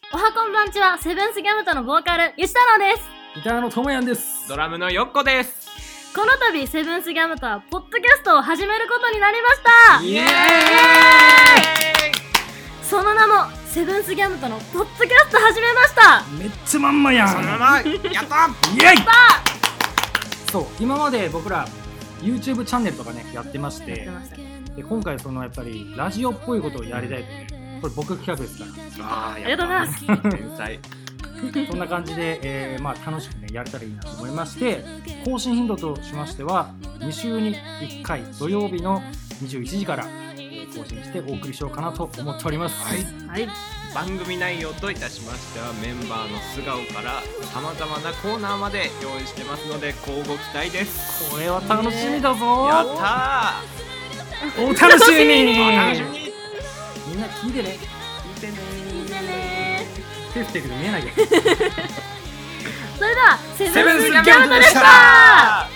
おはこんばんちは、セブンスギャムとのボーカル、ゆしたろうです。 ギターのともやんです。 ドラムのよっこです。 この度、セブンスギャムとは、ポッドキャストを始めることになりました。 イエーイ。 その名も、セブンスギャムとのポッドキャスト始めました。 めっちゃまんまやん。 そのまま、やった。 イエイ。そう、今まで僕ら YouTube チャンネルとかねやってまして、で今回そのやっぱりラジオっぽいことをやりたいとね、これ僕企画ですから。 ありがとうございます。 天才。 そんな感じで、楽しくねやれたらいいなと思いまして、更新頻度としましては2週に1回土曜日の21時から、更新してお送りしようかなと思っております。 はい、番組内容といたしましては、メンバーの素顔からさまざまなコーナーまで用意してますので、乞うご期待です。 これは楽しみだぞ。 やったー。お楽しみに。 お楽しみに。 みんな聞いてね。 聞いてね。 手振ってるけど見えないけど。 それではセブンスギャムトでしでしたた。